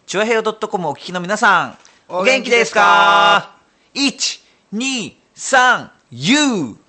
チュアヘヨ .com お聞きの皆さん、お元気ですか？ 1、2、3、U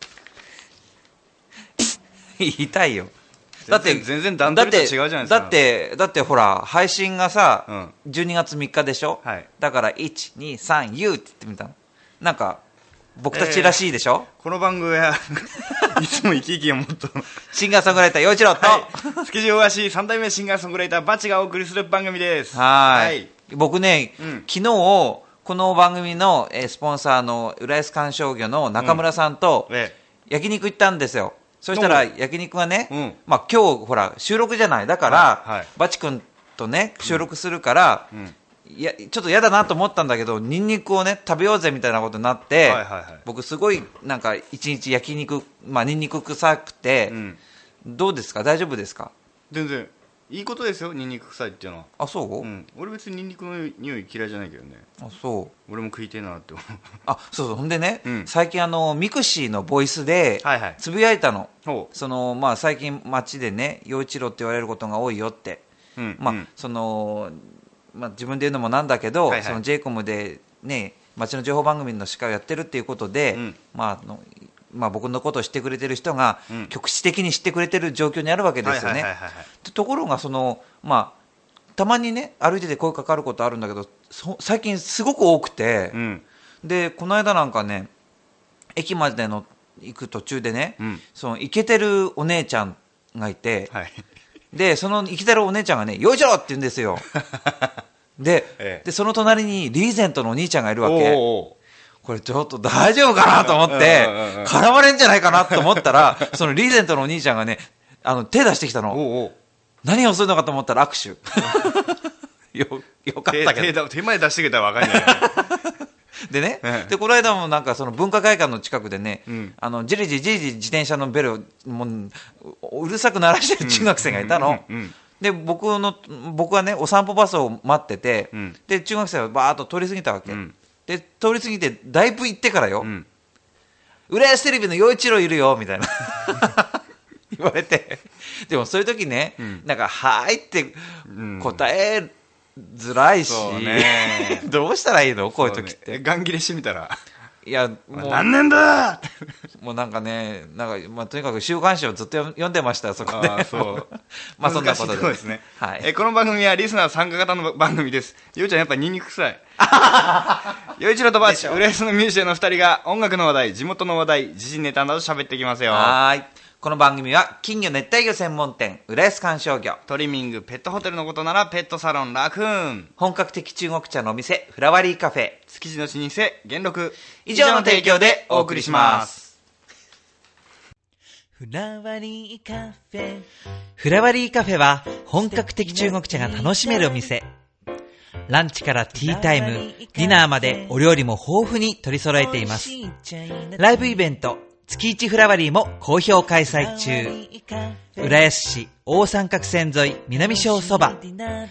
言いたいよ。だって全然段取りと違うじゃないですか。 だってほら配信がさ、 うん、 12月3日でしょ、 はい、 だから1、2、3、U って言ってみたの。なんか僕たちらしいでしょ、 この番組はいつも生き生きをもっとシンガーソングライター陽一郎と、 築地大橋3代目シンガーソングライターバチがお送りする番組です。 はい、僕ね、昨日この番組のスポンサーの浦安観賞魚の中村さんと焼肉行ったんですよ。そしたら焼肉がね、まあ、今日ほら収録じゃない、だから、バチ君とね収録するから、いやちょっと嫌だなと思ったんだけど、ニンニクをね食べようぜみたいなことになって、僕すごいなんか一日焼肉、まあ、ニンニク臭くて、どうですか、大丈夫ですか？ 全然いいことですよ、ニンニク臭いっていうのは。 あ、そう？ 俺別にニンニクの匂い嫌いじゃないけどね。 あ、そう。 俺も食いてえなって思う。 あ、そうそう。ほんでね、最近ミクシーのボイスでつぶやいたの。そのまあ最近街でね、陽一郎って言われることが多いよって。まあそのまあ自分で言うのもなんだけど、その J コムでね街の情報番組の司会をやってるっていうことで、まあ僕のことを知ってくれてる人が局地的に知ってくれてる状況にあるわけですよね。ところがまあたまにね歩いてて声かかることあるんだけど、最近すごく多くて、でこの間なんかね駅までの行く途中でね、そのイケてるお姉ちゃんがいて、でそのイケてるお姉ちゃんがね陽一郎って言うんですよ。でその隣にリーゼントのお兄ちゃんがいるわけ。これちょっと大丈夫かなと思って絡まれんじゃないかなと思ったら、そのリーゼントのお兄ちゃんがね手出してきたの。何をするのかと思ったら握手。よかったけど手前出してくれたら分かんないでね、でこの間もなんかその文化会館の近くでね、じりじり自転車のベルをもううるさく鳴らしてる中学生がいたの。で僕はねお散歩バスを待ってて、で中学生はバーッと通り過ぎたわけ、で通り過ぎてだいぶ行ってからよ、浦安テレビの陽一郎いるよみたいな言われて、でもそういう時ね、なんかはいって答えづらいし、どうしたらいいのこういう時って。 ガン切れしてみたら、 いやもう何年だもうなんかね、なんかまあとにかく週刊誌をずっと読んでましたそこで。まあそんなことでですね。この番組はリスナー参加型の番組です。ようちゃんやっぱニンニク臭い。よいちろとばち、浦安のミュージシャンの2人が音楽の話題、地元の話題、時事ネタなど喋ってきますよ。 はい。この番組は金魚熱帯魚専門店浦安観賞魚、 トリミング、ペットホテルのことならペットサロンラクーン、 本格的中国茶のお店フラワリーカフェ、 築地の老舗元禄、 以上の提供でお送りします。 フラワリーカフェ。フラワリーカフェは本格的中国茶が楽しめるお店。ランチからティータイム、ディナーまでお料理も豊富に取り揃えています。ライブイベント月一フラワリーも好評開催中。浦安市大三角線沿い南小そば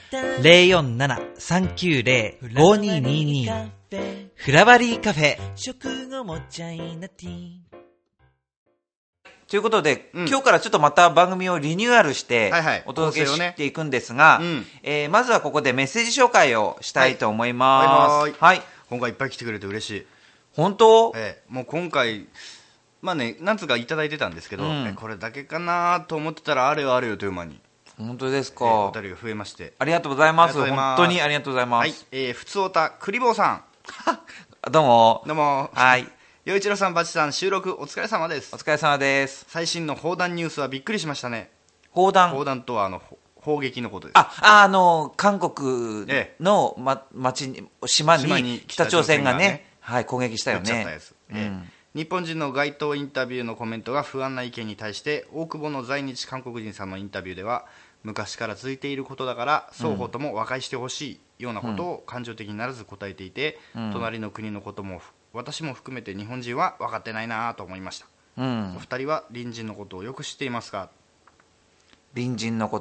047-390-5222 フラワリーカフェ。 ということで、今日からちょっとまた番組をリニューアルしてお届けしていくんですが、まずはここでメッセージ紹介をしたいと思います。はい。 今回いっぱい来てくれて嬉しい。 本当？ もう今回まあね、何つかいただいてたんですけど、これだけかなと思ってたらあれよあれよという間に。 本当ですか。 お便りが増えまして、 ありがとうございます。本当にありがとうございます。 ふつおたクリボーさんどうもどうも。 はい。 陽一郎さん、バチさん、収録お疲れ様です。 お疲れ様です。 最新の砲弾ニュースはびっくりしましたね。 砲弾とは砲撃のことです。 韓国の、町に島に北朝鮮がね、攻撃したよね。 日本人の街頭インタビューのコメントが不安な意見に対して、大久保の在日韓国人さんのインタビューでは、昔から続いていることだから双方とも和解してほしいようなことを感情的にならず答えていて、隣の国のことも私も含めて日本人は分かってないなと思いました。お二人は隣人のことをよく知っていますか？ 隣人のこと、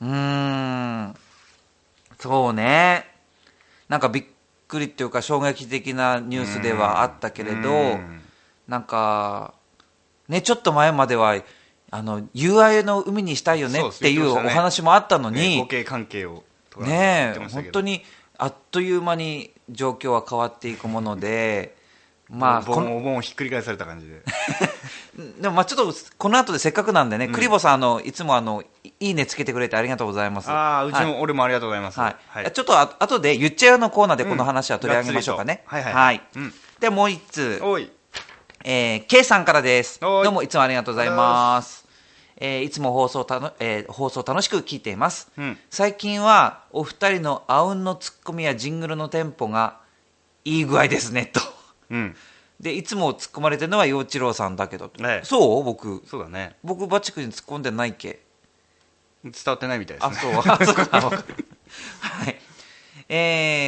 そうね、なんかびっくりっていうか衝撃的なニュースではあったけれど、なんかね、ちょっと前までは友愛の海にしたいよねっていうお話もあったのに、 互恵関係をとか言ってましたけど、 本当にあっという間に状況は変わっていくものでまあお盆をひっくり返された感じででもまあちょっとこの後でせっかくなんでね、クリボさんいつもいいねつけてくれてありがとうございます。 うちも、俺もありがとうございます。 ちょっと後で言っちゃうのコーナーでこの話は取り上げましょうかね。でもう一通、K さんからです。どうもいつもありがとうございます。いつも放送楽しく聞いています。最近はお二人のあうんのツッコミやジングルのテンポがいい具合ですねと。でいつも突っ込まれてるのは陽一郎さんだけど、そう僕そうだね、 僕バチ君に突っ込んでないっけ。 伝わってないみたいですね。 そうかはい、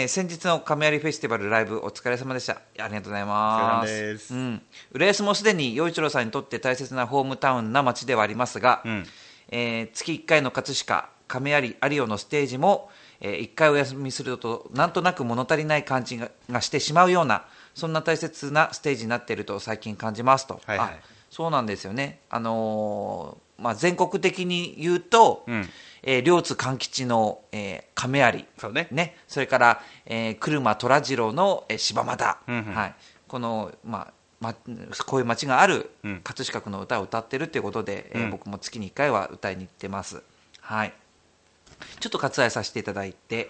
先日の亀有フェスティバルライブお疲れ様でした。ありがとうございます。 お疲れ様です。 浦安もすでに陽一郎さんにとって大切なホームタウンな街ではありますが、月1回の葛飾亀有オのステージも、1回お休みするとなんとなく物足りない感じがしてしまうような、そんな大切なステージになっていると最近感じますと。そうなんですよね。全国的に言うと、両津勘吉の、亀有、それから、車虎次郎の、柴又、この、こういう街がある葛飾区の歌を歌ってるということで、僕も月に1回は歌いに行ってます。ちょっと割愛させていただいて、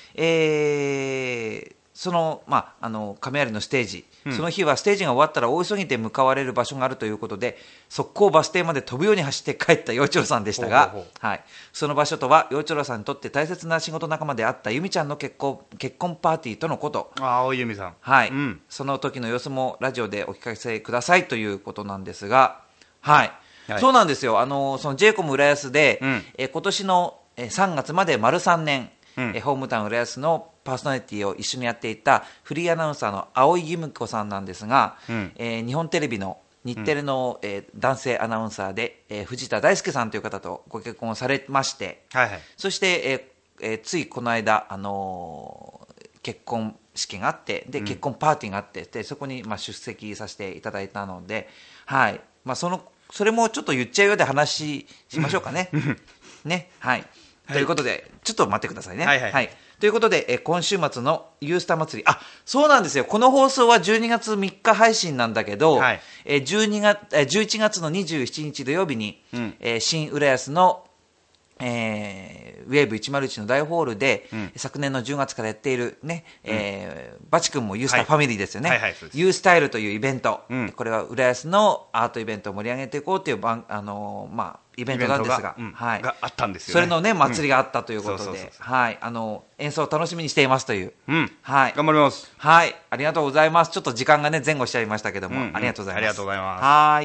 その亀有のステージ、その日はステージが終わったら大急ぎで向かわれる場所があるということで、速攻バス停まで飛ぶように走って帰った陽一郎さんでしたが、その場所とは陽一郎さんにとって大切な仕事仲間であった由美ちゃんの結婚パーティーとのこと。 青井由美さん、 その時の様子もラジオでお聞かせくださいということなんですが、そうなんですよ。その J コム浦安で、今年の3月まで丸3年、ホームタウン浦安のパーソナリティを一緒にやっていたフリーアナウンサーの青井由美子さんなんですが、日本テレビの日テレの、男性アナウンサーで、藤田大輔さんという方とご結婚されまして、そして、ついこの間、結婚式があって、で結婚パーティーがあって、でそこに出席させていただいたので、それもちょっと言っちゃうようで話しましょうかね。ということで、ちょっと待ってくださいね。ということで、今週末のユースタ祭り、そうなんですよ。この放送は12月3日配信なんだけど、11月の27日土曜日に、新浦安の、ウェーブ101の大ホールで、昨年の10月からやっているね、バチ君もユースタファミリーですよね。ユースタイルというイベント、これは浦安のアートイベントを盛り上げていこうというイベントなんですが、 があったんですよね。 それのね祭りがあったということで、演奏を楽しみにしていますという、 頑張ります。 ありがとうございます。ちょっと時間がね前後しちゃいましたけども、ありがとうございます。 ありがとうございます。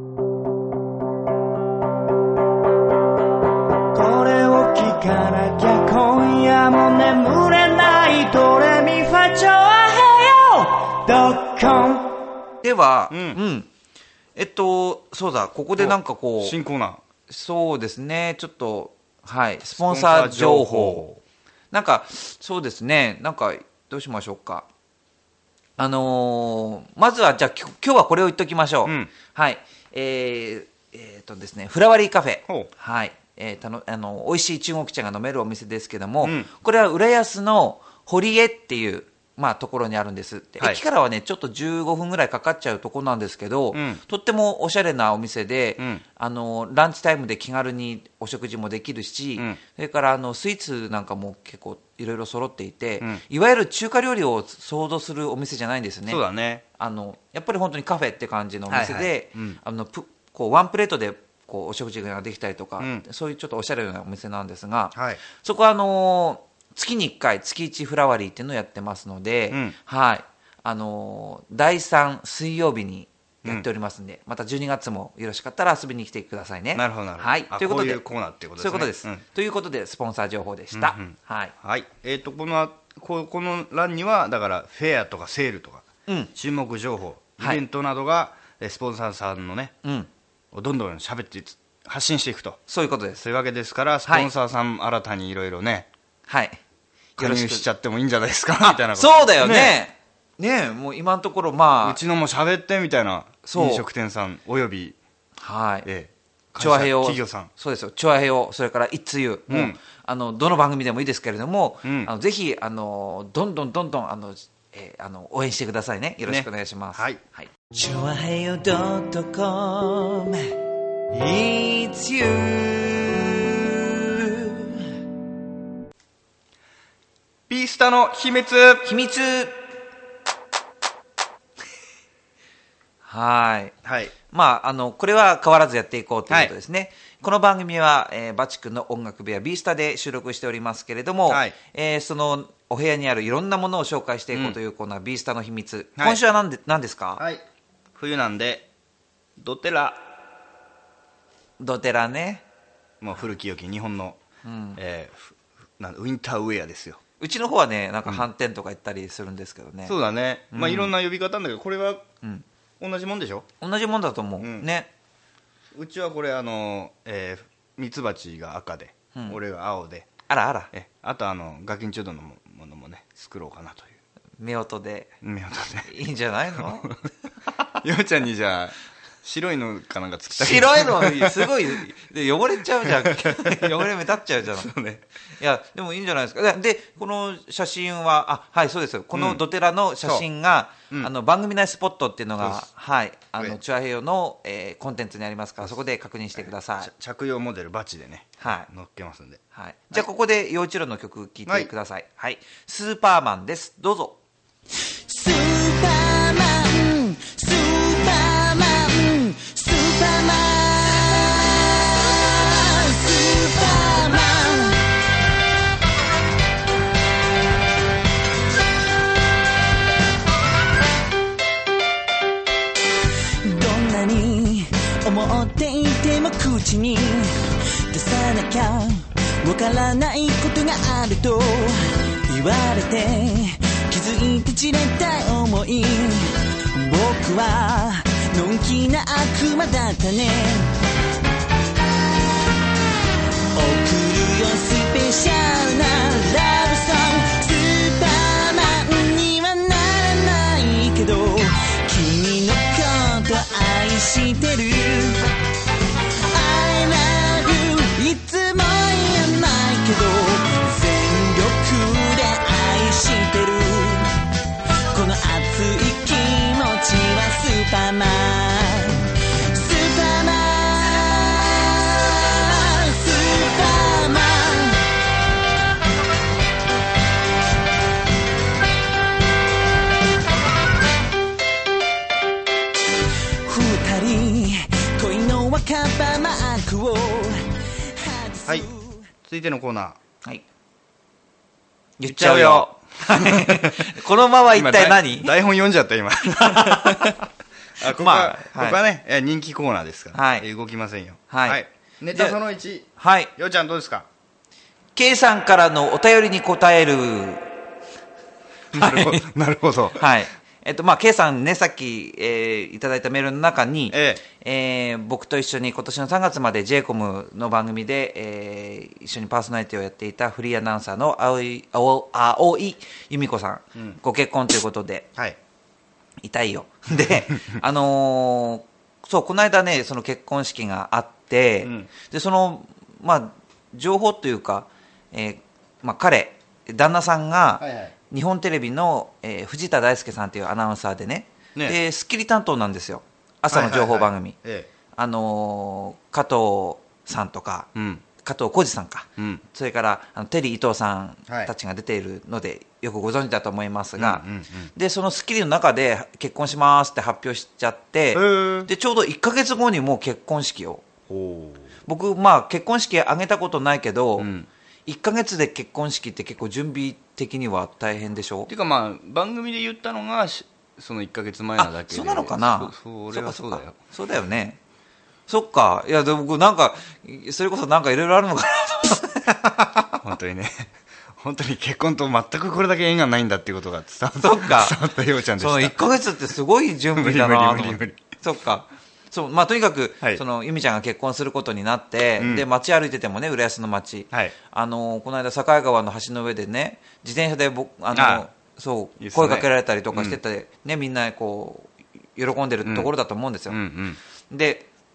これを聞かなきゃ今夜も眠れないドレミファチョアヘヨ.com では、そうだ、ここでなんかこう新コーナー、 そうですね、ちょっとスポンサー情報、なんかそうですね、なんかどうしましょうか。まずはじゃあ今日はこれを言っときましょう。ですね、フラワリーカフェ、美味しい中国茶が飲めるお店ですけども、これは浦安の堀江っていうところにあるんです。駅からはねちょっと15分ぐらいかかっちゃうところなんですけど、とってもおしゃれなお店で、ランチタイムで気軽にお食事もできるし、それからスイーツなんかも結構いろいろ揃っていて、いわゆる中華料理を想像するお店じゃないんですね。 そうだね。 やっぱり本当にカフェって感じのお店で、こうワンプレートでこうお食事ができたりとか、そういうちょっとおしゃれなお店なんですが、そこは月に1回月1フラワリーっていうのをやってますので、第3水曜日にやっておりますんで、また12月もよろしかったら遊びに来てくださいね。 なるほどなるほど。 ということで、 こういうコーナーっていうことですね。 そういうことです。ということでスポンサー情報でした。 この欄にはだからフェアとかセールとか、注目情報、イベントなどがスポンサーさんのね、どんどん喋って発信していくと、 そういうことです。 そういうわけですから、スポンサーさん新たにいろいろね、加入しちゃってもいいんじゃないですかみたいなこと。 そうだよね。もう今のところうちのも喋ってみたいな飲食店さんおよび、 チョアヘヨ、 企業さん、 そうですよ、チョアヘヨ、それからいつゆ、もうどの番組でもいいですけれども、ぜひどんどん応援してくださいね。よろしくお願いします。 はい。 チョアヘヨ.com It's you ビースタの秘密。 はい。 はい。 まあ、これは変わらずやっていこうということですね。はい、この番組は、バチ君の音楽部屋ビースタで収録しておりますけれども、はい、そのお部屋にあるいろんなものを紹介していこうというコーナー、ビースタの秘密。今週は何ですか？ はい。冬なんで、ドテラね。 もう古き良き日本の、ウィンターウェアですよ。 うちの方はね、なんか反転とか言ったりするんですけどね。 そうだね。まあいろんな呼び方なんだけど、これは、同じもんでしょ？ 同じもんだと思う。ね。 うちはこれミツバチが赤で、俺が青で。 あら。 あとガキンチョウドのものもね、作ろうかなという。 夫婦で。いいんじゃないの？ ようちゃんにじゃあ、白いのかなんか作った白いのすごい汚れちゃうじゃん。汚れ目立っちゃうじゃん。 そうね。 いやでもいいんじゃないですか。でこの写真ははいそうですよ。このドテラの写真が、番組内スポットっていうのがはいチュアヘヨの、コンテンツにありますから、そこで確認してください。 着用モデルバチでね、載っけますんで。 はい。じゃあここで陽一郎の曲聴いてください。はい。スーパーマンです。どうぞ。 スーパーマンスーパーマンスーパーマンスーパーマンどんなに思っていても口に出さなきゃわからないことがあると言われて気づいて散れた思い僕はのんきな悪魔だったね送るよスペシャルなラブソングスーパーマンにはならないけど君のこと愛してる I love you いつも言えないけど全力で愛してるこの熱い気持ちはスーパーマンスーパーマンスーパーマン二人恋の若葉マークをはい、続いてのコーナー、 はい、言っちゃうよこのまま一体何？ 台本読んじゃった今ここはね、人気コーナーですから、動きませんよ。はい。ネタその1、はい。ようちゃんどうですか ？K さんからのお便りに答える。 なるほど。 はい。K さんね、さっき、いただいたメールの中に、僕と一緒に今年の3月まで JCOM の番組で、一緒にパーソナリティをやっていたフリーアナウンサーの青井由美子さん、ご結婚ということで、痛いよ。で、そう、この間ね、その結婚式があって、で、その、情報というか、旦那さんが、日本テレビの、藤田大輔さんというアナウンサーでね、でスッキリ担当なんですよ、朝の情報番組、加藤さんとか、加藤浩次さんか、それからテリー伊藤さんたちが出ているので、よくご存知だと思いますが、でそのスッキリの中で結婚しますって発表しちゃって、でちょうど1ヶ月後にもう結婚式を、僕、結婚式挙げたことないけど、1ヶ月で結婚式って結構準備的には大変でしょ？っていうか番組で言ったのがその1ヶ月前なだけで。 そうなのかな？ それはそうだよ。 そうだよね。そっか。いやでも僕なんかそれこそなんかいろいろあるのかな本当にね、本当に結婚と全くこれだけ縁がないんだっていうことが伝わったようちゃんでした。 その1ヶ月ってすごい準備だなと思って。そっか。そう、とにかく、その由美ちゃんが結婚することになって、で街歩いててもね、浦安の街、この間境川の橋の上でね、自転車でそう声かけられたりとかしてて、ね、みんなこう喜んでるところだと思うんですよ。で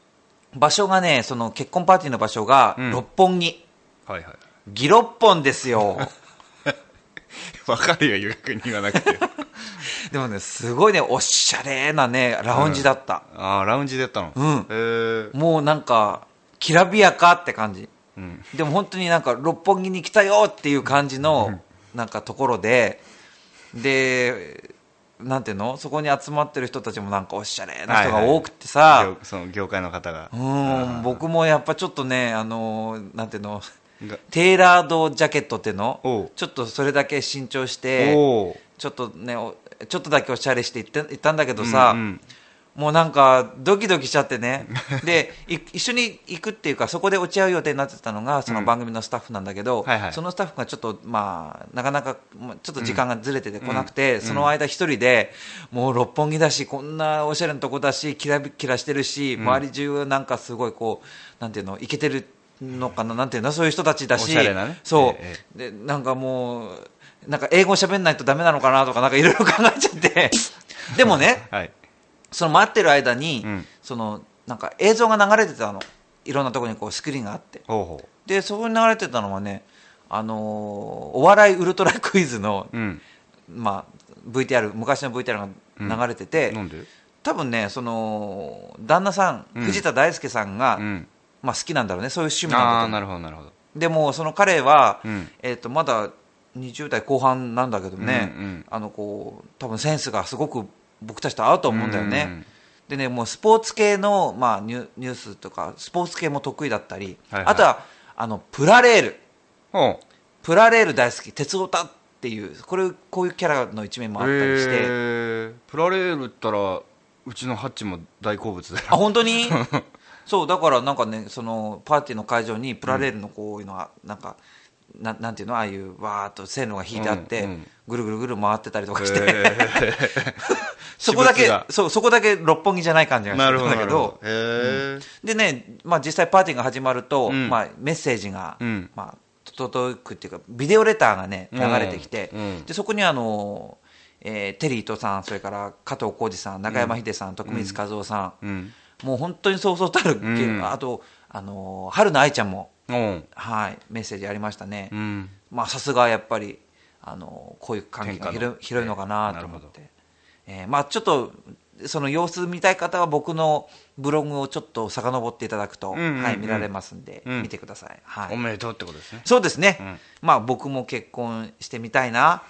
場所がね、その結婚パーティーの場所が六本木、 はいはい、 ギロッポンですよ。 わかるよ、ゆうくんに言わなくて。 でもね、すごいね、おしゃれなね、ラウンジだった。 ああ、ラウンジだったの。 もうなんか、きらびやかって感じ。でも本当になんか、六本木に来たよっていう感じの、なんかところで、で、なんていうの、そこに集まってる人たちもなんかおしゃれな人が多くてさ、 その業界の方が。 僕もやっぱちょっとね、なんていうの、テーラードジャケットっていうの、ちょっとそれだけ新調して、ちょっとね、ちょっとだけおしゃれして行ったんだけどさ、もうなんかドキドキしちゃってね。で、一緒に行くっていうか、そこで落ち合う予定になってたのがその番組のスタッフなんだけど、そのスタッフがちょっとまあなかなかちょっと時間がずれてて来なくて、その間一人でもう六本木だし、こんなおしゃれなとこだし、キラキラしてるし、周り中なんかすごいこうなんていうの、イケてるのかな、なんていうの、そういう人たちだし、 おしゃれなね、 そうで、なんかもうなんか英語喋んないとダメなのかなとか、なんかいろいろ考えちゃってでもね、その待ってる間に、そのなんか映像が流れてたの、いろんなところにこうスクリーンがあって、でそこに流れてたのはね、お笑いウルトラクイズの、まあ、VTR、昔の VTR が流れてて、多分ね、その旦那さん、藤田大輔さんが、まあ、好きなんだろうね、そういう趣味なんだと。 なるほどなるほど。 でもその彼は、まだ20代後半なんだけどね、こう多分センスがすごく僕たちと合うと思うんだよね。でね、もうスポーツ系の、まあ、ニュースとかスポーツ系も得意だったり、あとはプラレール大好き、鉄オタっていう、こういうキャラの一面もあったりして、 プラレールったらうちのハッチも大好物だよ。 あ、本当にそうだからなんかね、そのパーティーの会場にプラレールのこういうのがなんか、なんていうの、ああいうわーっと線路が引いてあって、ぐるぐるぐる回ってたりとかして、そこだけ六本木じゃない感じがするんだけど、でね、まあ、実際パーティーが始まると、まあ、メッセージが、まあ、届くっていうか、ビデオレターがね流れてきて、でそこにテリー伊藤さん、それから加藤浩次さん、中山秀さん、徳光和夫さん、もう本当にそうそうたる、あと春菜愛ちゃんも、はい、メッセージありましたね。まあ、さすがやっぱりこういう関係が広いのかなと思って、まあ、ちょっとその様子見たい方は僕のブログをちょっと遡っていただくと、はい、見られますんで、見てください。はい、 おめでとうってことですね。 そうですね、まあ、僕も結婚してみたいな。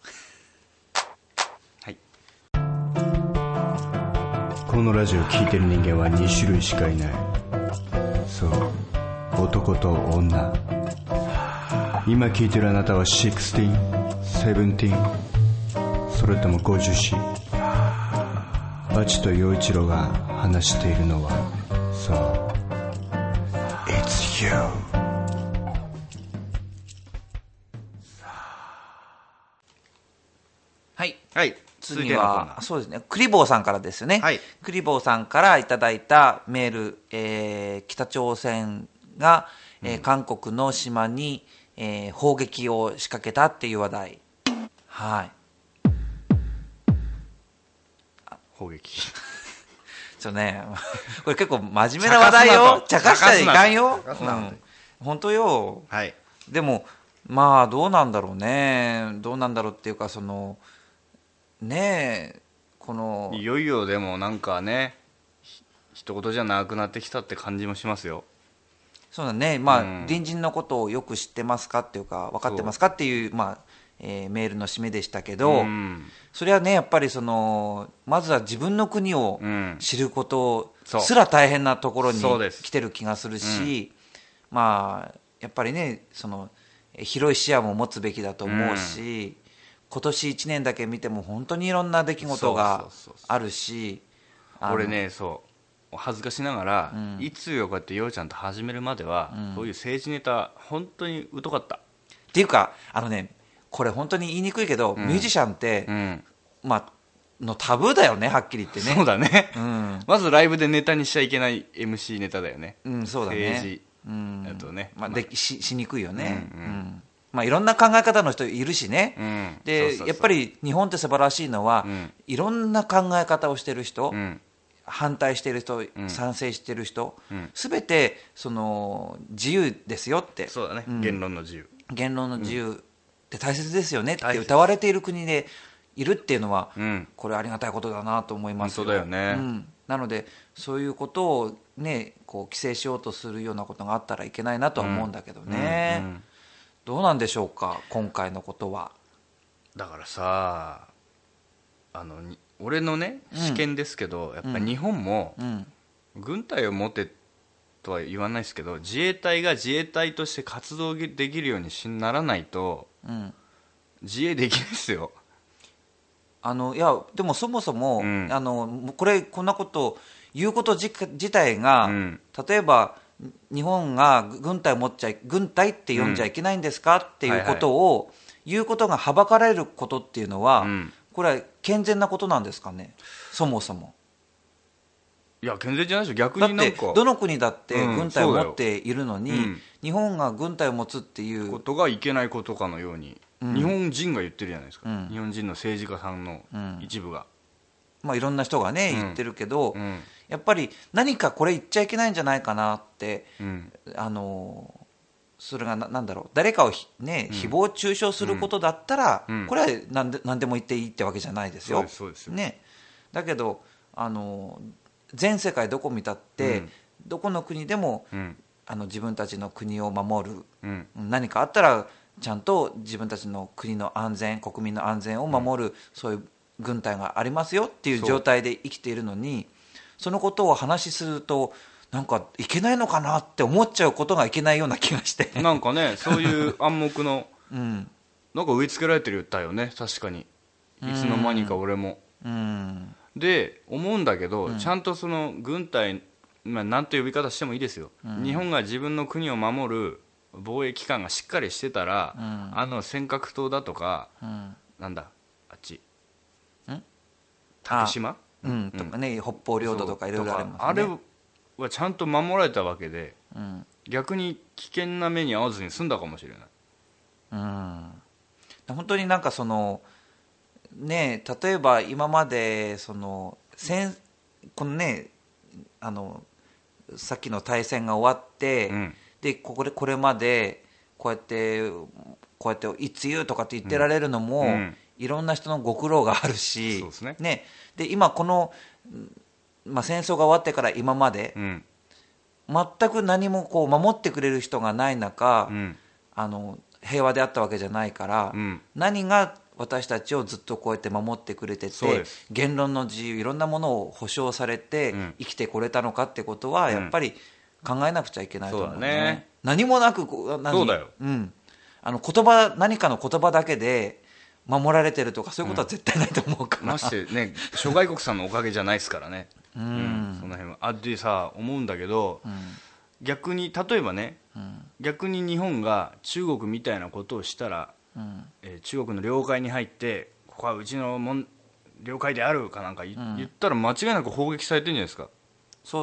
はい、 このラジオを聴いてる人間は2種類しかいない。そう、男と女。今聴いてるあなたは16、17、それとも50歳。バチと陽一郎が話しているのは、そう、It's you。 はい、 はい、 次はそうですね、クリボーさんからですよね。クリボーさんからいただいたメール、北朝鮮が、韓国の島に、砲撃を仕掛けたっていう話題。はい、 砲撃ね、これ結構真面目な話題よ。茶化しちゃいかんよ。本当よ。でもまあどうなんだろうね。どうなんだろうっていうか、そのねえ、このいよいよでもなんかね、一言じゃなくなってきたって感じもしますよ。 そうだね。まあ、隣人のことをよく知ってますかっていうか、分かってますかっていう、まあメールの締めでしたけど、それはね、やっぱりそのまずは自分の国を知ることすら大変なところに来てる気がするし、まあやっぱりね、その広い視野も持つべきだと思うし、今年1年だけ見ても本当にいろんな出来事があるし、 俺ね、そう恥ずかしながら、いつよこうやってようちゃんと始めるまでは、そういう政治ネタ本当に疎かった。 っていうかこれ本当に言いにくいけど、ミュージシャンって、まあのタブーだよね、はっきり言ってね。 そうだね、まずライブでネタにしちゃいけない MC ネタだよね。 そうだね。 政治だとね、 まあ、しにくいよね。まあ、いろんな考え方の人いるしね。でやっぱり日本って素晴らしいのは、いろんな考え方をしてる人、 反対している人、賛成している人、全てその自由ですよって。 そうだね、言論の自由、 言論の自由って大切ですよねって歌われている国でいるっていうのは、これありがたいことだなと思いますよ。 本当だよね、 なのでそういうことをねこう規制しようとするようなことがあったらいけないなとは思うんだけどね、どうなんでしょうか今回のことは。 だからさ俺のね試験ですけど、やっぱり日本も軍隊を持てとは言わないですけど、自衛隊が自衛隊として活動できるようにならないと、自衛できないですよ。 いやでもそもそも、こんなこと言うこと自体が、例えば日本が軍隊って呼んじゃいけないんですかっていうことを言うことがはばかられることっていうのは、これは健全なことなんですかねそもそも。 いや健全じゃないでしょ。逆になんかだってどの国だって軍隊を持っているのに、日本が軍隊を持つっていうことがいけないことかのように、日本人が言ってるじゃないですか、日本人の政治家さんの一部が、 いろんな人がね言ってるけど、やっぱり何かこれ言っちゃいけないんじゃないかなって、それがなんだろう、誰かを誹謗中傷することだったら、これは何でも言っていいってわけじゃないですよ。 そうですよ、 ね、だけど全世界どこ見たって、どこの国でも、自分たちの国を守る、何かあったらちゃんと自分たちの国の安全、国民の安全を守る、そういう軍隊がありますよっていう状態で生きているのに、そのことを話しするとなんかいけないのかなって思っちゃうことがいけないような気がしてなんかねそういう暗黙の、なんか植え付けられてるよね、確かに。いつの間にか俺も、で思うんだけど、ちゃんとその軍隊、なんと呼び方してもいいですよ、日本が自分の国を守る防衛機関がしっかりしてたら、尖閣島だとか、なんだあっち竹島とかね、北方領土とかいろいろありますね。 あれはちゃんと守られたわけで、逆に危険な目に遭わずに済んだかもしれない。 本当になんかそのね、例えば今までこのねさっきの大戦が終わって、でこれまでこうやっていつ言うとかって言ってられるのも、いろんな人のご苦労があるし、 そうですね。 で今この、戦争が終わってから今まで、全く何もこう守ってくれる人がない中、平和であったわけじゃないから、何が私たちをずっとこうやって守ってくれてて、言論の自由いろんなものを保障されて生きてこれたのかってことはやっぱり考えなくちゃいけないと思うね。何もなくそうだよ、 何かの言葉だけで守られてるとかそういうことは絶対ないと思うから、 ましてね諸外国さんのおかげじゃないですからね。その辺はでさ思うんだけど、逆に例えばね、逆に日本が中国みたいなことをしたら、中国の領海に入ってここはうちの領海であるかなんか言ったら間違いなく砲撃されてるんじゃないですか。 そう、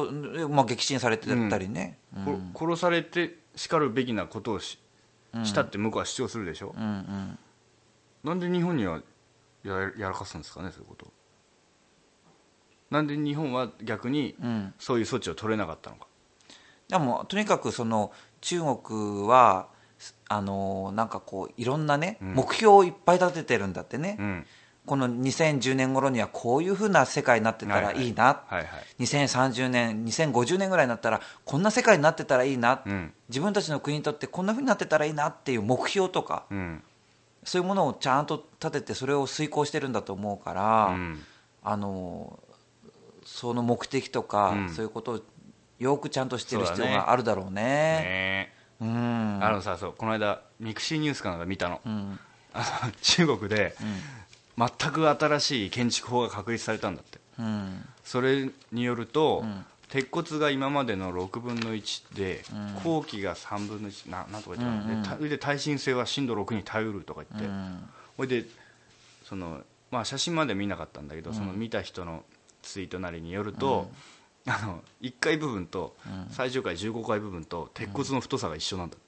撃沈されてたりね、 殺されてしかるべきなことをしたって向こうは主張するでしょ。なんで日本にはやらかすんですかね、そういうこと。なんで日本は逆にそういう措置を取れなかったのか。 でもとにかくその中国はなんかこういろんなね、目標をいっぱい立ててるんだってね、この2010年頃にはこういうふうな世界になってたらいいな、2030年2050年ぐらいになったらこんな世界になってたらいいな、自分たちの国にとってこんなふうになってたらいいなっていう目標とか、そういうものをちゃんと立ててそれを遂行してるんだと思うから、その目的とか、そういうことをよくちゃんとしてる必要があるだろうね。 そうこの間ミクシーニュースかなんか見たの、中国で、全く新しい建築法が確立されたんだって、それによると、鉄骨が今までの6分の1で、後期が3分の1なんとか言ってた、で耐震性は震度6に耐えうるとか言って、それで写真まで見なかったんだけど、その見た人のツイートなりによると、1階部分と最上階15階部分と鉄骨の太さが一緒なんだって。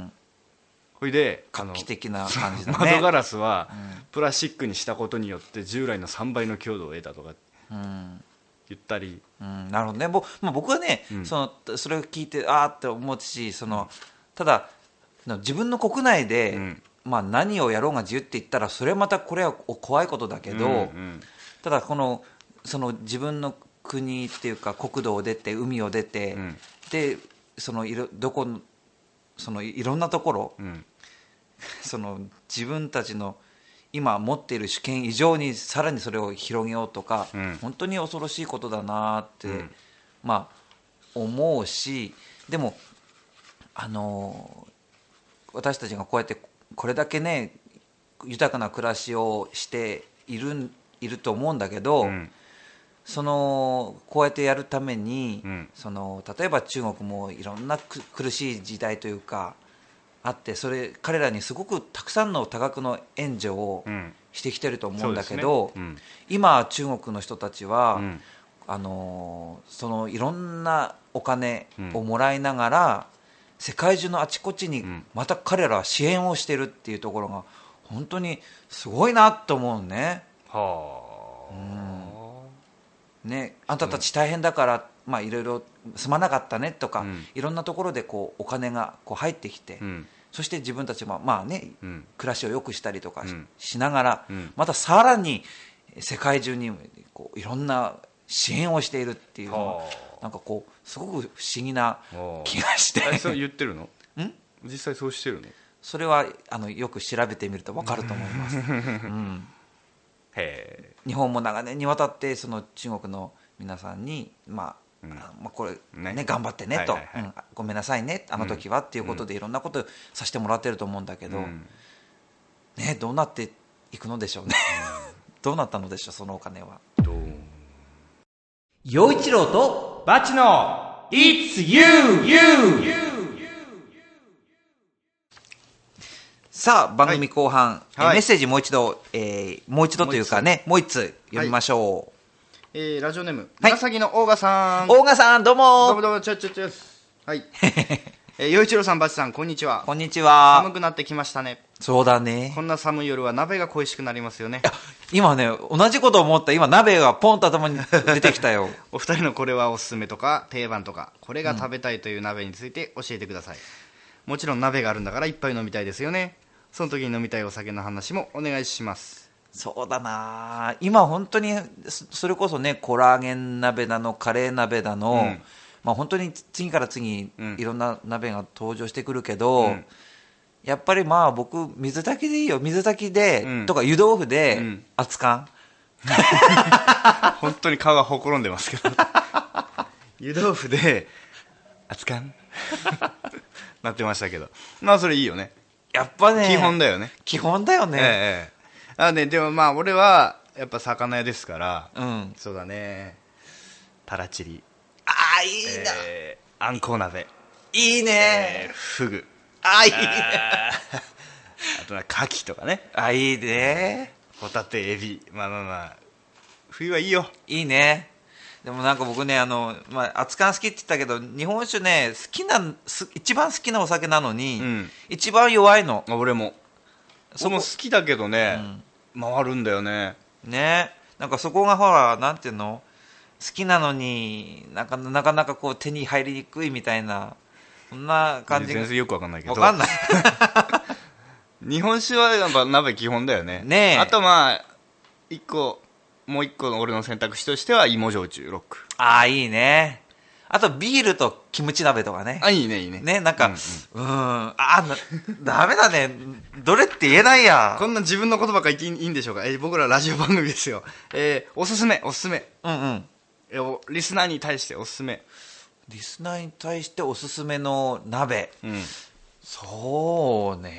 それで画期的な感じだね。 窓ガラスはプラスチックにしたことによって従来の3倍の強度を得たとか、 言ったり、 なるほどね。僕はね、それを聞いてあーって思うし、ただ自分の国内で、何をやろうが自由って言ったらそれはまたこれは怖いことだけど、ただ自分の国っていうか国土を出て海を出て、でいろんなところ、自分たちの今持っている主権以上にさらにそれを広げようとか、本当に恐ろしいことだなって、思うし、でも私たちがこうやってこれだけね豊かな暮らしをしていると思うんだけど、こうやってやるために、例えば中国もいろんな苦しい時代というかあって、彼らにすごくたくさんの多額の援助をしてきてると思うんだけど、今中国の人たちは、いろんなお金をもらいながら、世界中のあちこちにまた彼らは支援をしてるっていうところが本当にすごいなと思うね。あんたたち大変だからいろいろすまなかったねとか、いろんなところでお金が入ってきて、そして自分たちも暮らしを良くしたりとか しながら、またさらに世界中にいろんな支援をしているっていうのはなんかすごく不思議な気がして。 そう言ってるの？実際そうしてるの？ それはよく調べてみると分かると思います。日本も長年にわたって中国の皆さんにこれね頑張ってねと、ごめんなさいねあの時はっていうことでいろんなことさせてもらってると思うんだけど、どうなっていくのでしょうね。どうなったのでしょう、そのお金は。 陽一郎とバチの It's You! さあ番組後半、メッセージもう一度というかね、もう一つ読みましょう。ラジオネーム紫のオーガさん。 オーガさん、どうもどうもちょはい。陽一郎さん、バチさん、こんにちは。 こんにちは。 寒くなってきましたね。 そうだね。 こんな寒い夜は鍋が恋しくなりますよね。 今ね、同じこと思った。今鍋がポンと頭に出てきたよ。 お二人のこれはおすすめとか定番とか、これが食べたいという鍋について教えてください。もちろん鍋があるんだから一杯飲みたいですよね。その時に飲みたいお酒の話もお願いします。 そうだな、今本当にそれこそね、コラーゲン鍋だのカレー鍋だの、本当に次から次いろんな鍋が登場してくるけど、やっぱり僕水炊きでいいよ、水炊きで、とか湯豆腐で、熱燗。 本当に顔がほころんでますけど。湯豆腐で熱燗なってましたけど、それいいよね。 やっぱね、 基本だよね。 基本だよね。 でも俺はやっぱ魚屋ですから、そうだね、タラチリ、 いいな、 あんこう鍋、 いいね、 フグ、 いいね、 あとは牡蠣とかね、 いいね、 ホタテ、エビ、冬はいいよ。 いいね。でもなんか僕ね、熱燗好きって言ったけど、日本酒ね、一番好きなお酒なのに、一番弱いの。 俺もその好きだけどね、回るんだよね。 なんかそこがほら、なんていうの、好きなのになかなか手に入りにくいみたいな、そんな感じが。 全然よくわかんないけど。 わかんない。 日本酒はやっぱ鍋基本だよね。あともう一個の俺の選択肢としては芋焼酎ロック。 いいね。あとビールとキムチ鍋とかね。 いいね、いいね。 ね、なんか、ダメだね。どれって言えないや。 こんな自分のことばっかり言っていいんでしょうか。僕らラジオ番組ですよ。おすすめ。リスナーに対しておすすめ。 リスナーに対しておすすめの鍋。そう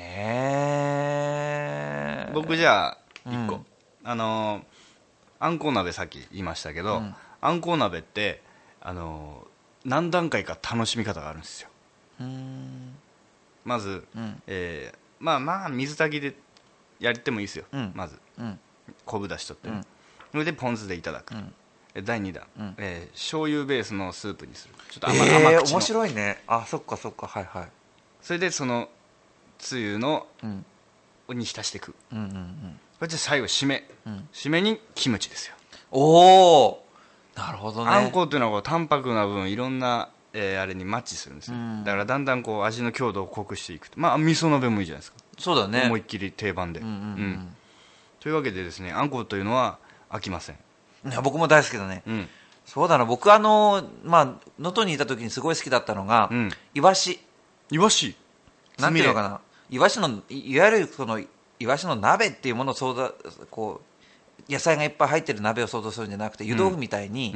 ね。 僕じゃあ、1個。あんこう鍋さっき言いましたけど、あんこう鍋って何段階か楽しみ方があるんですよ。まず、水炊きでやってもいいですよ。まず昆布だしとって、それでポン酢でいただく。第2弾、醤油ベースのスープにする。ちょっと甘口の。 面白いね。そっかそっか、はいはい。 それでそのつゆの、に浸していく。それで最後締めにキムチですよ。 なるほどね。 あんこっていうのはこう淡白な分いろんな、あれにマッチするんですよ、だからだんだんこう味の強度を濃くしていくと。まあ味噌鍋もいいじゃないですか。 そうだね。 思いっきり定番で、というわけでですね、あんこというのは飽きません。 いや僕も大好きだね、そうだな。僕まあ能登にいた時にすごい好きだったのが、イワシなんていうのかな、イワシのいわゆるそのイワシの鍋っていうものをこう野菜がいっぱい入ってる鍋を想像するんじゃなくて、湯豆腐みたいに、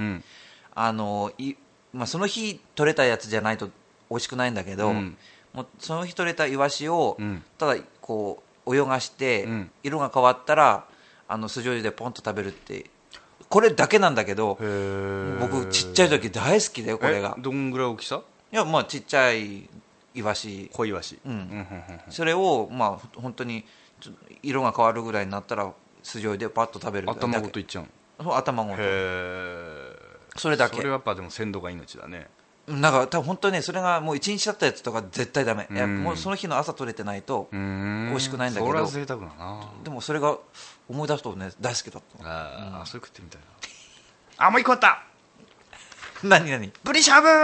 その日取れたやつじゃないと美味しくないんだけど、もうその日取れたイワシを、ただこう泳がして、色が変わったら酢醤油でポンと食べるって、これだけなんだけど、僕ちっちゃい時大好きだよこれが。 どんぐらい大きさ？ いやまあちっちゃいイワシ、 小イワシ、 それをまあ本当に色が変わるぐらいになったら酢醤油でパッと食べる。 頭ごといっちゃうの？ そう、頭ごと。それだけ。 それはやっぱでも鮮度が命だね。 なんか多分本当にね、それがもう1日だったやつとか絶対ダメ。いやもうその日の朝取れてないと美味しくないんだけど、 それは贅沢だな。 でもそれが思い出すとね大好きだった。 それ食ってみたいな。もう一個あった。 何ブリしゃぶ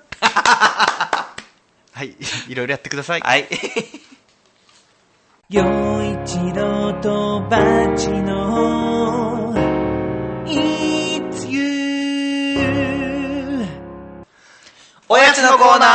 はいいろいろやってください。 はい陽一郎とバチの It's You おやつのコーナー。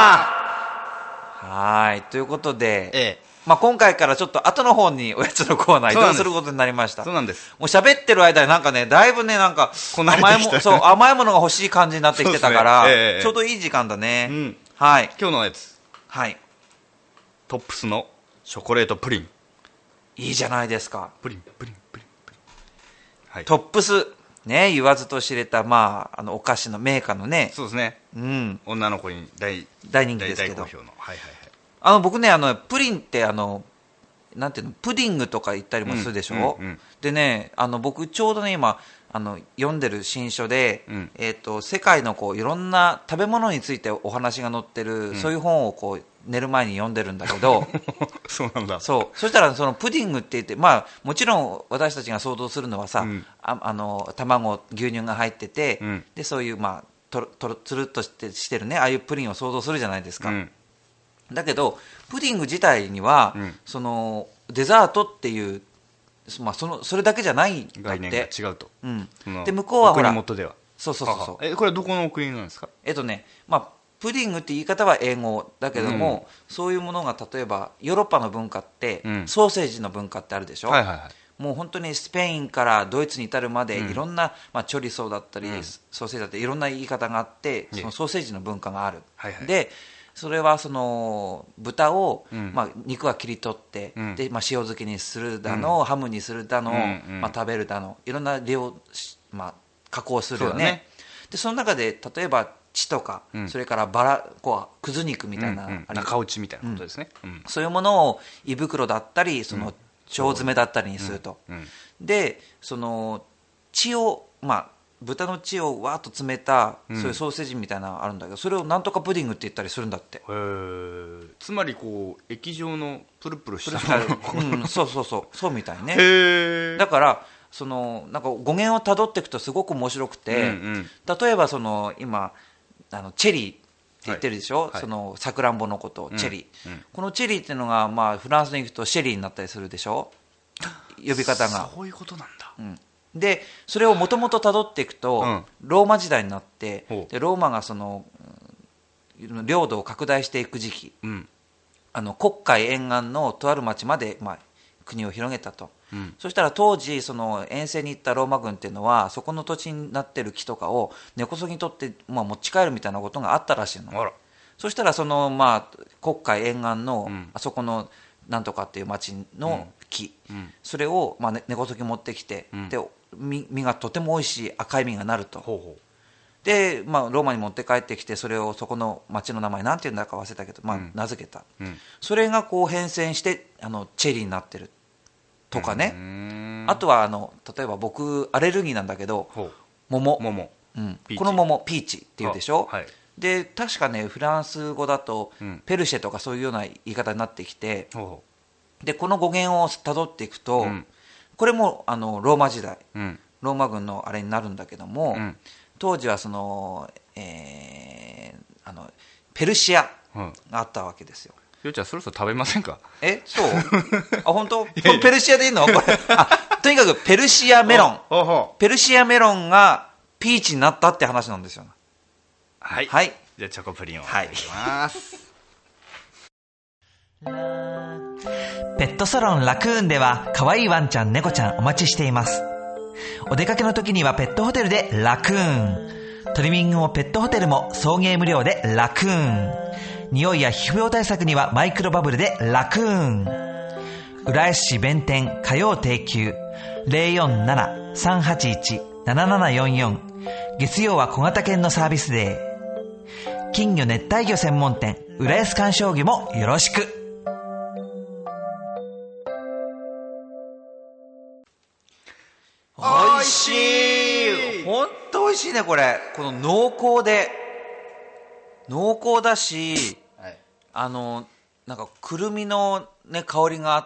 はい、ということで、今回からちょっと後の方におやつのコーナー移動することになりました。 そうなんです。 もう喋ってる間になんかね、だいぶね、なんか甘いものが欲しい感じになってきてたから、ちょうどいい時間だね。はい。 今日のおやつ。 はい。 トップスのチョコレートプリン。 いいじゃないですか。 プリン。 はい。トップス。ね、言わずと知れた、お菓子のメーカーのね。 そうですね。女の子に大人気ですけど。 大好評の。 僕ね、プリンってなんていうの、プディングとか言ったりもするでしょ。でね、僕ちょうどね今読んでる新書で、世界のこういろんな食べ物についてお話が載ってる、そういう本をこう寝る前に読んでるんだけどそうなんだ。 そしたらそのプディングって言って、もちろん私たちが想像するのはさ、卵牛乳が入ってて、でそういうつるっとしてるね、ああいうプリンを想像するじゃないですか。だけどプディング自体には、そのデザートっていう、それだけじゃないんだって。 概念が違うと。 で向こうはほら、 お国元では。 そうこれはどこのお国なんですか？ プディングって言い方は英語だけども、そういうものが例えばヨーロッパの文化って、ソーセージの文化ってあるでしょ。もう本当にスペインからドイツに至るまで、いろんな、チョリソーだったり、ソーセージだったりいろんな言い方があって、そのソーセージの文化がある。でそれはその豚を、肉は切り取って、で塩漬けにするだの、ハムにするだの、食べるだの、いろんな量、加工するよね。でその中で例えば血とか、それからくず肉みたいな、 中落ちみたいなことですね。 そういうものを胃袋だったり、その腸詰めだったりにすると。でその血を豚の血をわーっと詰めた、そういうソーセージみたいなのあるんだけど、それをなんとかプディングって言ったりするんだって。 つまりこう液状のプルプルしたそうみたいね。だからそのなんか語源をたどっていくとすごく面白くて、例えばその今チェリーって言ってるでしょ、そのさくらんぼのことをチェリー、このチェリーっていうのが、フランスに行くとシェリーになったりするでしょ、呼び方が。 そういうことなんだ。 でそれをもともとたどっていくと、ローマ時代になって、でローマがその領土を拡大していく時期、黒海沿岸のとある町まで、国を広げたと。そしたら当時その遠征に行ったローマ軍っていうのは、そこの土地になってる木とかを根こそぎ取って、持ち帰るみたいなことがあったらしいの。そしたらその、黒海沿岸の、あそこのなんとかっていう町の木、それを、根こそぎ持ってきて、で実がとても美味しい赤い実がなると。で、ローマに持って帰ってきて、それをそこの町の名前なんていうんだか忘れたけど、名付けた。それがこう変遷してチェリーになってるとかね。あとは例えば僕アレルギーなんだけど、桃、この桃ピーチっていうでしょ。で確かねフランス語だと、ペルシェとかそういうような言い方になってきて、でこの語源をたどっていくと、これもローマ時代、ローマ軍のあれになるんだけども、 当時はその、ペルシアがあったわけですよ。 ようちゃんそろそろ食べませんか？ そう本当ペルシアでいいのこれとにかくペルシアメロンペルシアメロンがピーチになったって話なんですよ。 はい、 はい、 じゃあチョコプリンをいただきます、 ペットサロンラクーンでは可愛いワンちゃん猫ちゃんお待ちしています。お出かけの時にはペットホテルでラクーン、トリミングもペットホテルも送迎無料でラクーン、匂いや皮膚病対策にはマイクロバブルでラクーン。浦安市弁天火曜定休 047-381-7744、月曜は小型犬のサービスデー。金魚熱帯魚専門店浦安観賞魚もよろしく。 おいしい、ほんとおいしいねこれ。この濃厚だし、はい、なんかくるみのね香りがあって、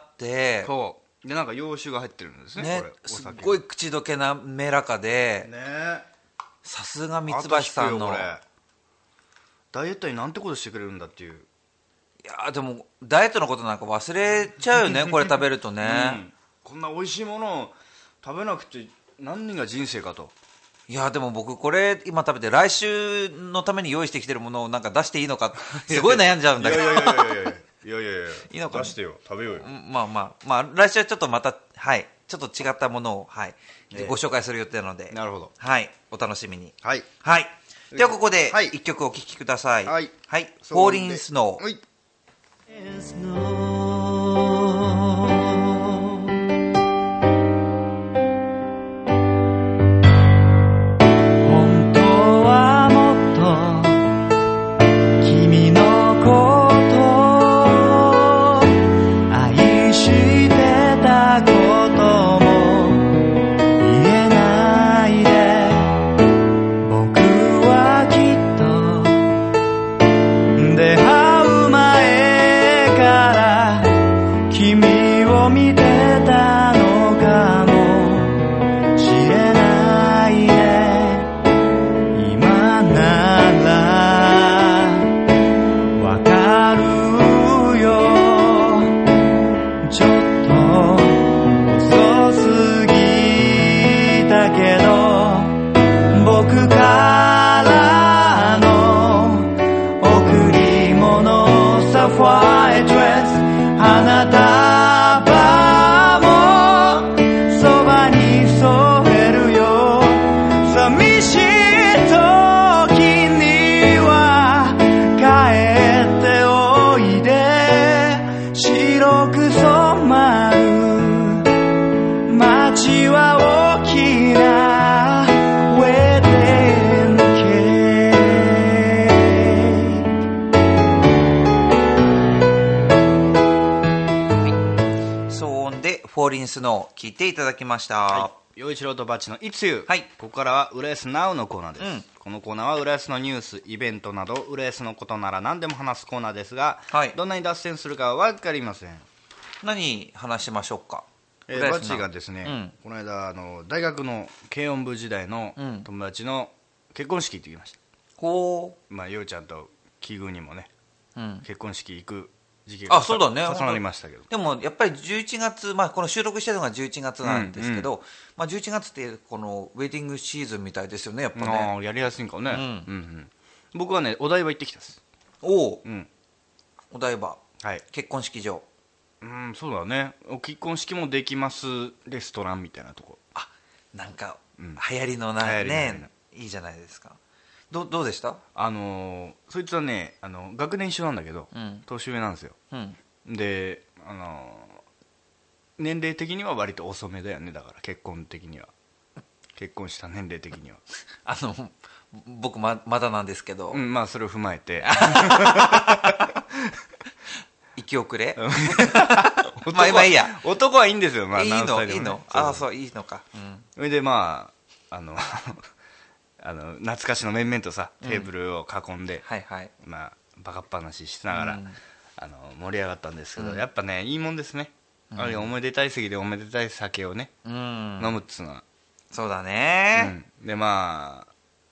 そうでなんか洋酒が入ってるんですね。これすっごい口どけ滑らかで、さすが三橋さんの。 ダイエットになんてことしてくれるんだっていう。 いやでもダイエットのことなんか忘れちゃうよねこれ食べるとね、 こんな美味しいものを食べなくて何が人生かと。 いやでも僕これ今食べて来週のために用意してきてるものをなんか出していいのかすごい悩んじゃうんだけど。いやいいのか、出してよ、食べようよ。 まあ来週はちょっとまたちょっと違ったものをご紹介する予定なので、 なるほど、 お楽しみに。 はい、 ではここで1曲お聴きください。フォーリンスノー。フォーリンスノー聞いていただきました。 陽一郎とバッチのいつゆ、ここからは浦安ナウのコーナーです、このコーナーは浦安のニュースイベントなど浦安のことなら何でも話すコーナーですが、どんなに脱線するかは分かりません。 何話しましょうか。 バッチがですね、この間大学の軽音部時代の友達の結婚式行ってきました。陽ちゃんと奇遇にもね、結婚式行く時期が重なりましたけど、 でもやっぱり11月、この収録してるのが11月なんですけど、11月ってこのウェディングシーズンみたいですよね、やっぱね。 やりやすいんかね。僕はねお台場行ってきたです。 お台場、結婚式場。 そうだね。結婚式もできますレストランみたいなとこ。 なんか流行りのね、いいじゃないですか。どうでした？ そいつはね学年一緒なんだけど、年上なんですよ、で年齢的には割と遅めだよね。だから結婚した年齢的には僕まだなんですけど、 それを踏まえて生き遅れ今いいや、男はいいんですよ。 いいのいいのそういいのか。 それで懐かしの面々とさテーブルを囲んで、バカっ話しながら、盛り上がったんですけど、やっぱねいいもんですね。おめでたい席でおめでたい酒をね、飲むっつうのは。 そうだね。 で俺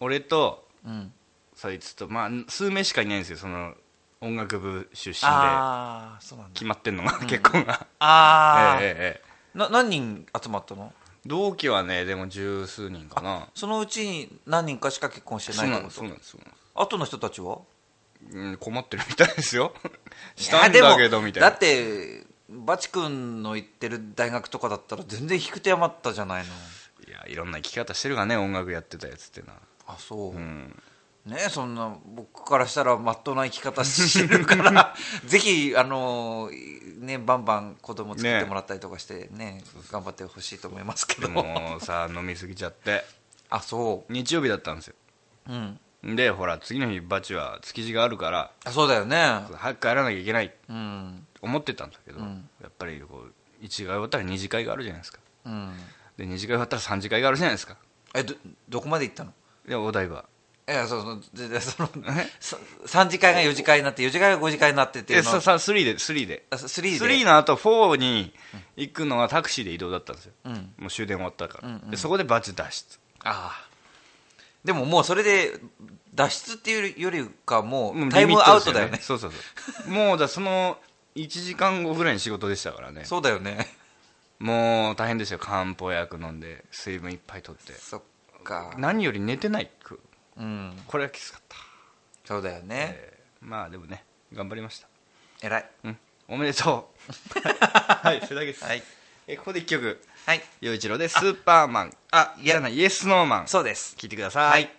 俺と、そいつとまあ数名しかいないんですよ、その音楽部出身で。 ああ、そうなんだ。 決まってんのが、結婚が。 ああ、何人集まったの？ 同期はね、でも十数人かな。 そのうちに何人かしか結婚してないってこと？ そうなんです。 後の人たちは？ 困ってるみたいですよ。したんだけどみたいな。 だってバチ君の行ってる大学とかだったら全然引く手余ったじゃないの。 いや、いろんな生き方してるがね、音楽やってたやつってな。 あ、そう、ね、そんな僕からしたらまっとうな生き方してるからぜひね、バンバン子供作ってもらったりとかしてね、頑張ってほしいと思いますけど。 もうさ、飲みすぎちゃって。 あ、そう。 日曜日だったんですよ。でほら、次の日バチは築地があるから。 あ、そうだよね。 早く帰らなきゃいけない、思ってたんだけど、やっぱりこう1次会終わったら2次会があるじゃないですか。で2次会終わったら3次会があるじゃないですか。 どこまで行ったの？ いや、お台場。 いや、その3次会が4次会になって、4次会が5次会になってっていうのは 3の後4に行くのがタクシーで移動だったんですよ、もう終電終わったから、でそこでバチ脱出。 ああ、でももうそれで脱出っていうよりかもうタイムアウトだよね。 そうもうその1時間後ぐらいに仕事でしたからね。 そうだよね。 もう大変でしたよ。漢方薬飲んで水分いっぱい取って。 そっか。 何より寝てない、これはきつかった。 そうだよね、 まあでもね、頑張りました。 偉い、 おめでとうはい、それだけです。ここで1曲、陽一郎でスーパーマン、イエスノーマン。 そうです、 聴いてください。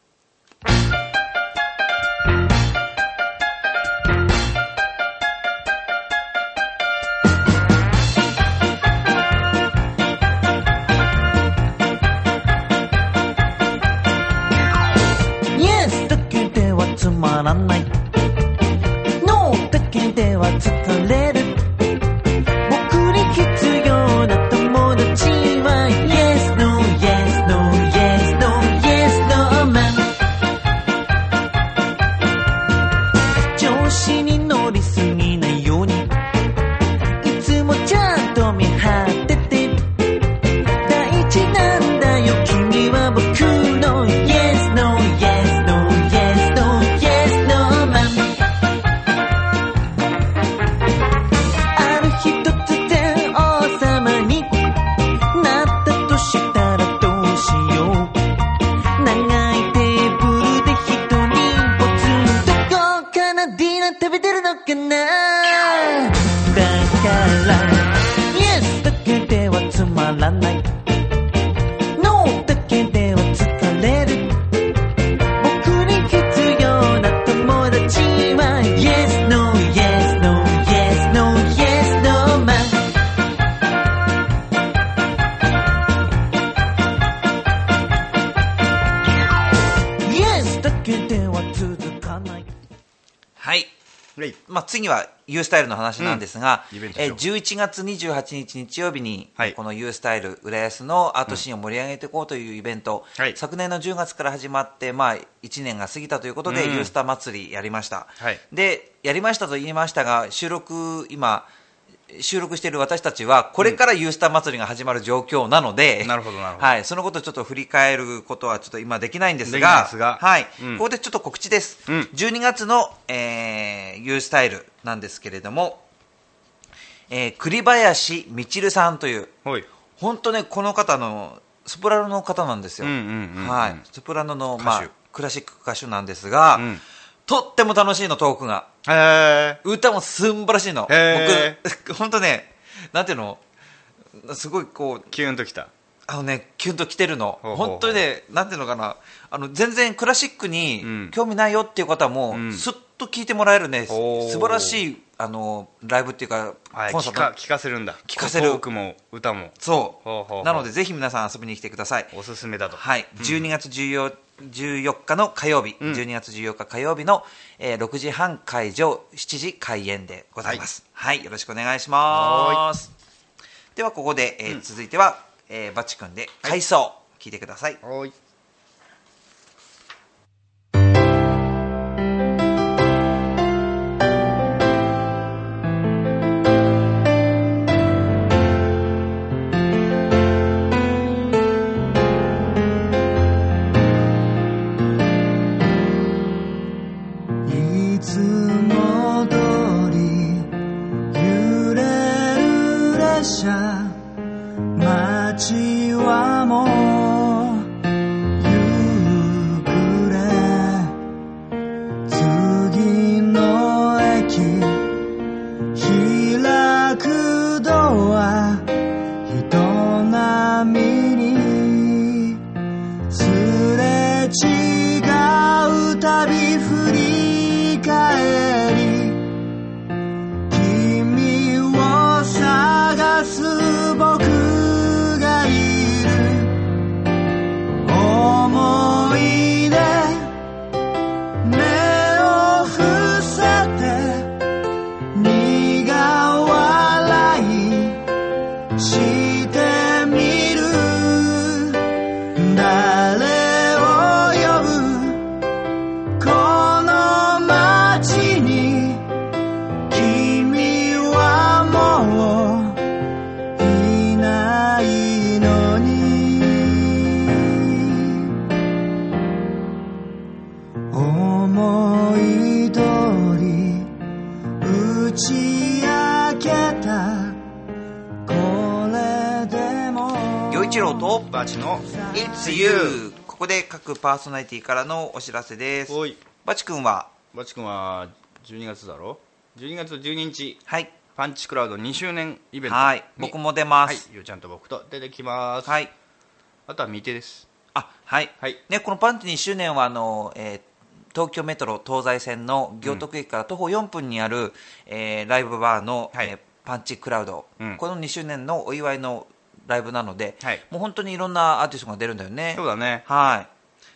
つまらない No だけでは疲れる僕に必要な友達は Yes No Yes No Yes No Yes No Man 調子に乗りすぎないようにいつもちゃんと見張ってて大事なんだよ君は僕の Yes No Yes No Yes No Yes だけではつまらない No だけでは疲れる僕に必要な友達は Yes No Yes No Yes No Yes No Man Yes だけでは続かない。 はい、次は U スタイルの話なんですが、11月28日日曜日に、この U スタイル浦安のアートシーンを盛り上げていこうというイベント、昨年の10月から始まって、1年が過ぎたということで、U スタ祭りやりました、でやりましたと言いましたが、今収録している私たちはこれから U スタ祭りが始まる状況なので、そのことをちょっと振り返ることはちょっと今できないんですが、ここでちょっと告知です、12月の、U スタイルなんですけれども、栗林みちるさんという、本当ね、この方のソプラノの方なんですよ、ソプラノの、クラシック歌手なんですが、とっても楽しいの、トークが。歌も素晴らしいの。僕本当ね、なんていうの、すごいこうキュンときた。 キュンときてるの。本当にね、なんていうのかな、全然クラシックに興味ないよっていう方も、すっと聴いてもらえるね、素晴らしいライブっていうか、 コンサート聴かせるんだ。 聴かせる。 トークも歌も。 そうなので、ぜひ皆さん遊びに来てください。 おすすめだと。 12月14日の火曜日、12月14日火曜日の、6時半会場、7時開演でございます。よろしくお願いします。ではここで、続いては、バチ君で回想、聞いてください。 街はもう夕暮れ、次の駅開くドア、人波にすれ違うたび振り返り、君を探す僕がいる。思い出目を伏せて苦笑いしてみる。誰を呼ぶこの街に、君はもういないのに。思い通り打ち明けたこれでも。 陽一郎とバチの It's You。 ここで各パーソナリティからのお知らせです。 おい、 バチ君は 12月だろ。12月12日、 はい、 パンチクラウド2周年イベントはい、僕も出まはい、 す。 ゆうちゃんと僕と出てきます。 はい、 あとは未定です。 あ、はい、 はいね、このパンチ2周年は東京メトロ東西線の行徳駅から徒歩4分にある、ライブバーの、 はいパンチクラウド、 うんこの2周年のお祝いのライブなので、 はいもう本当にいろんなアーティストが出るんだよね。 そうだね。 はい、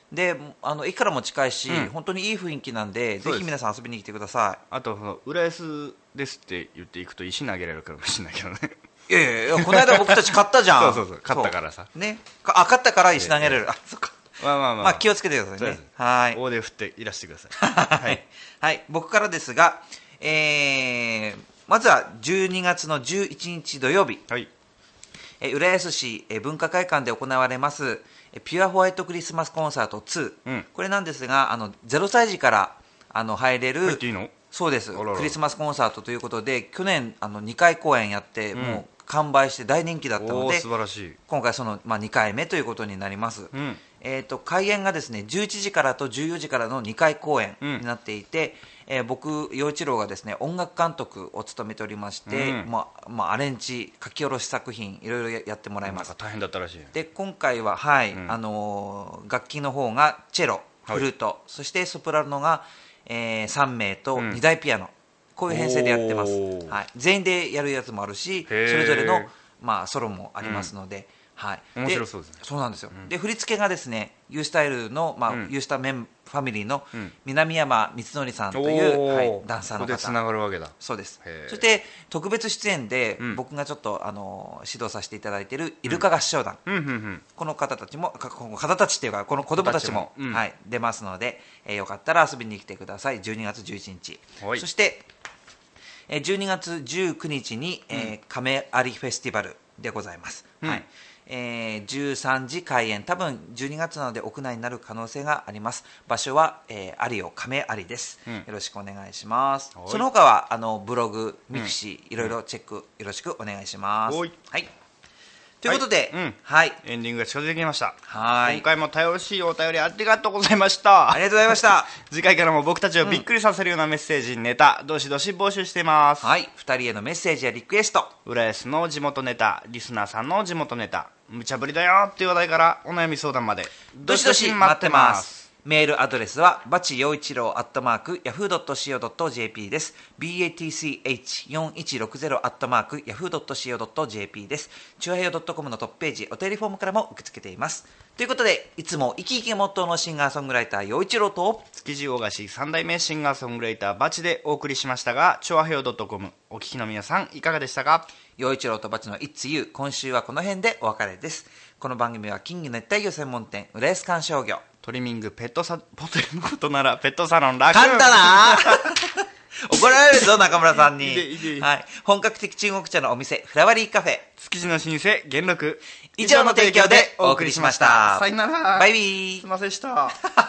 で駅からも近いし、 うん本当にいい雰囲気なんで、 そうですぜひ皆さん遊びに来てくださあとその浦安ですって言っていくと石投げられるかもしれないけどね。 い。いやいやいや、この間僕たち買ったじゃん。 そうそうそう、勝ったからさ。 ね、勝ったから石投げられる、あ、そっか。 まあまあまあ、 まあ気をつけてくださいね。はい、 大手振っていらしてください。 はい、はい、僕からですが、まずは12月の11日土曜日、 はい、 浦安市文化会館で行われますピュアホワイトクリスマスコンサート2、 うん、 これなんですが0歳児から入れる、 入っていいの？ そうです、 あららクリスマスコンサートということで、去年2回公演やって、 うん、 もう完売して大人気だったので、 素晴らしい。 今回その、2回目ということになります。 うん、 開演がですね11時からと14時からの2回公演になっていて、僕陽一郎がですね音楽監督を務めておりまして、 うんアレンジ書き下ろし作品いろいろやってもらいます。 なんか大変だったらしい。 で今回は、はい、 うん、 楽器の方がチェロ、フルート、はい、そしてソプラノが、3名と2台ピアノ、うん、こういう編成でやってます。はい、全員でやるやつもあるし、それぞれの、ソロもありますので、はい、 面白そうですね。 そうなんですよ、で振り付けがですねユースタイルの、ユースタファミリーの南山光則さんという、はい、ダンサーの方、 ここでつながるわけだ。 そうです。そして特別出演で、僕がちょっと指導させていただいているイルカ合唱団、この方たちも方たちっていうかこの子供たちも、はい、出ますので、よかったら遊びに来てください。12月11日、そして12月19日に、亀有フェスティバルでございます。はい、13時開演、多分12月なので屋内になる可能性があります。場所は、有尾亀有です、よろしくお願いします。その他はブログミクシー、いろいろチェックよろしくお願いします。はい、ということで、はい、 エンディングが近づいてきました。 はい、 今回も頼しいお便りありがとうございました。 ありがとうございました。 次回からも僕たちをびっくりさせるようなメッセージ、ネタどしどし募集しています。 はい、2人へのメッセージやリクエスト、 浦安の地元ネタ、リスナーさんの地元ネタ、無茶ぶりだよっていう話題からお悩み相談までどしどし待ってます。メールアドレスはバチ陽一郎@yahoo.co.jp です。BATCH4160 @yahoo.co.jp です。チュアヘヨ .com のトップページお便りフォームからも受け付けています。ということで、いつも生き生きモットーのシンガーソングライター陽一郎と築地大菓子3代目シンガーソングライターバチでお送りしましたが、チュアヘヨ .com お聞きの皆さんいかがでしたか？ 陽一郎とバチの It's You、 今週はこの辺でお別れです。この番組は金魚熱帯魚専門店浦安観賞魚、 トリミングポテのことならペットサロンラクーン。 噛んだな怒られるぞ中村さんに。はい、本格的中国茶のお店フラワリーカフェ築地の老舗元禄以上の提供でお送りしました。 さよなら。 バイビー。 すいませんでした。